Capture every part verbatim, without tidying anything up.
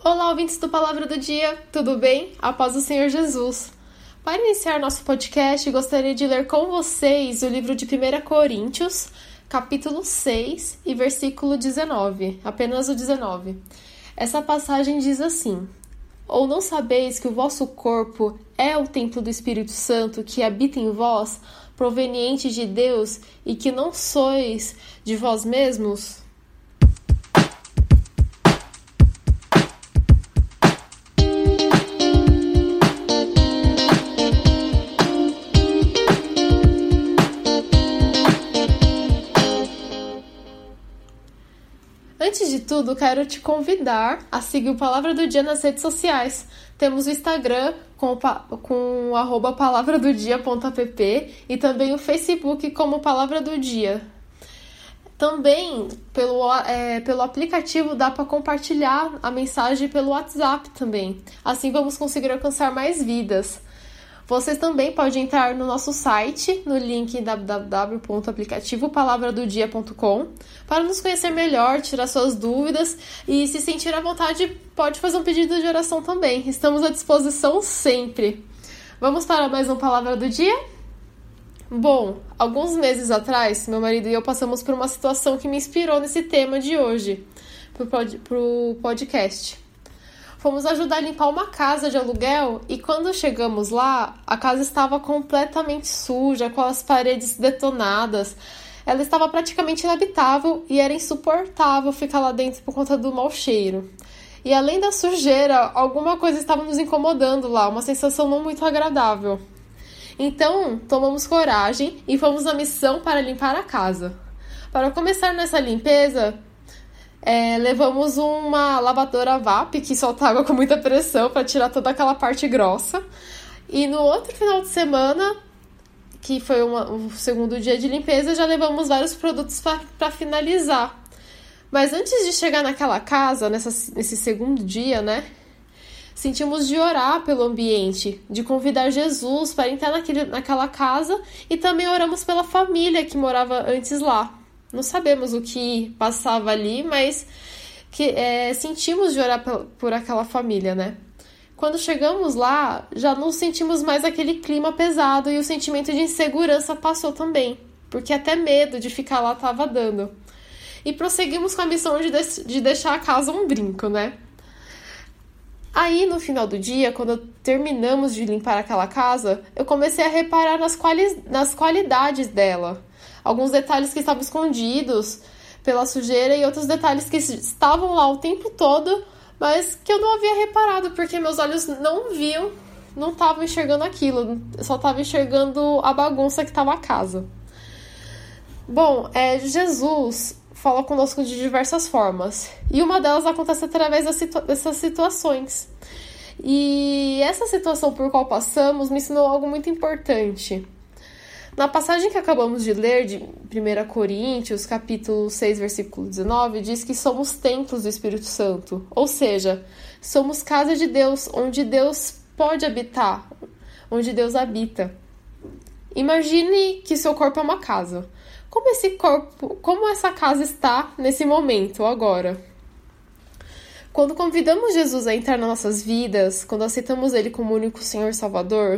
Olá, ouvintes do Palavra do Dia, tudo bem? A paz do Senhor Jesus. Para iniciar nosso podcast, gostaria de ler com vocês o livro de primeira Coríntios, capítulo seis e versículo dezenove, apenas o dezenove. Essa passagem diz assim: Ou não sabeis que o vosso corpo é o templo do Espírito Santo que habita em vós, proveniente de Deus, e que não sois de vós mesmos? Antes de tudo, quero te convidar a seguir o Palavra do Dia nas redes sociais. Temos o Instagram com, com arroba palavradodia.app e também o Facebook como Palavra do Dia. Também, pelo, é, pelo aplicativo, dá para compartilhar a mensagem pelo WhatsApp também. Assim vamos conseguir alcançar mais vidas. Vocês também podem entrar no nosso site, no link w w w ponto aplicativo palavra do dia ponto com, para nos conhecer melhor, tirar suas dúvidas e, se sentir à vontade, pode fazer um pedido de oração também. Estamos à disposição sempre. Vamos para mais um Palavra do Dia? Bom, alguns meses atrás, meu marido e eu passamos por uma situação que me inspirou nesse tema de hoje, para o podcast. Fomos ajudar a limpar uma casa de aluguel e quando chegamos lá, a casa estava completamente suja, com as paredes detonadas. Ela estava praticamente inabitável e era insuportável ficar lá dentro por conta do mau cheiro. E além da sujeira, alguma coisa estava nos incomodando lá, uma sensação não muito agradável. Então, tomamos coragem e fomos à missão para limpar a casa. Para começar nessa limpeza, É, levamos uma lavadora V A P que solta água com muita pressão para tirar toda aquela parte grossa. E no outro final de semana, que foi uma, o segundo dia de limpeza, já levamos vários produtos para finalizar. Mas antes de chegar naquela casa, nessa, nesse segundo dia, né, sentimos de orar pelo ambiente, de convidar Jesus para entrar naquele, naquela casa, e também oramos pela família que morava antes lá. Não sabemos o que passava ali, mas que, é, sentimos de orar por, por aquela família, né? Quando chegamos lá, já não sentimos mais aquele clima pesado e o sentimento de insegurança passou também, porque até medo de ficar lá estava dando. E prosseguimos com a missão de, de, de deixar a casa um brinco, né? Aí, no final do dia, quando terminamos de limpar aquela casa, eu comecei a reparar nas, quali- nas qualidades dela. Alguns detalhes que estavam escondidos pela sujeira e outros detalhes que estavam lá o tempo todo, mas que eu não havia reparado, porque meus olhos não viam, não estavam enxergando aquilo, eu só estava enxergando a bagunça que estava a casa. Bom, é, Jesus fala conosco de diversas formas, e uma delas acontece através dessas situações. E essa situação por qual passamos me ensinou algo muito importante. Na passagem que acabamos de ler, de primeira Coríntios, capítulo seis, versículo dezenove, diz que somos templos do Espírito Santo, ou seja, somos casa de Deus, onde Deus pode habitar, onde Deus habita. Imagine que seu corpo é uma casa. Como esse corpo, como essa casa está nesse momento, agora? Quando convidamos Jesus a entrar nas nossas vidas, quando aceitamos Ele como único Senhor e Salvador,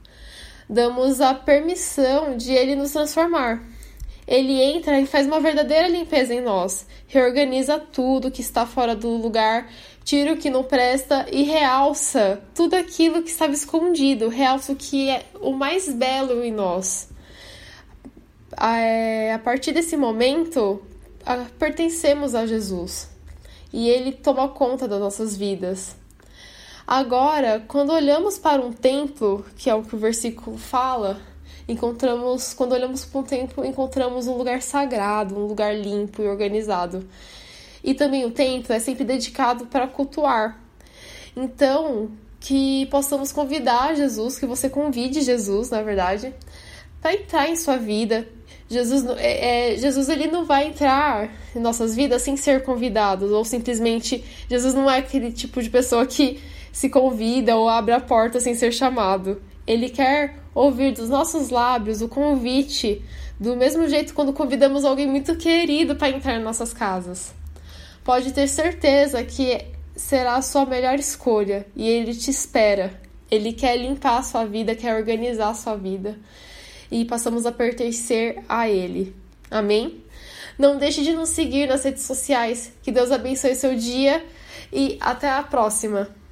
damos a permissão de Ele nos transformar. Ele entra e faz uma verdadeira limpeza em nós, reorganiza tudo que está fora do lugar, tira o que não presta e realça tudo aquilo que estava escondido, realça o que é o mais belo em nós. A partir desse momento, pertencemos a Jesus e Ele toma conta das nossas vidas. Agora, quando olhamos para um templo, que é o que o versículo fala, encontramos, quando olhamos para um templo, encontramos um lugar sagrado, um lugar limpo e organizado. E também o templo é sempre dedicado para cultuar. Então, que possamos convidar Jesus, que você convide Jesus, na verdade, para entrar em sua vida. Jesus, é, é, Jesus ele não vai entrar em nossas vidas sem ser convidado, ou simplesmente, Jesus não é aquele tipo de pessoa que se convida ou abre a porta sem ser chamado. Ele quer ouvir dos nossos lábios o convite, do mesmo jeito quando convidamos alguém muito querido para entrar em nossas casas. Pode ter certeza que será a sua melhor escolha e Ele te espera. Ele quer limpar a sua vida, quer organizar a sua vida e passamos a pertencer a Ele. Amém? Não deixe de nos seguir nas redes sociais. Que Deus abençoe seu dia e até a próxima.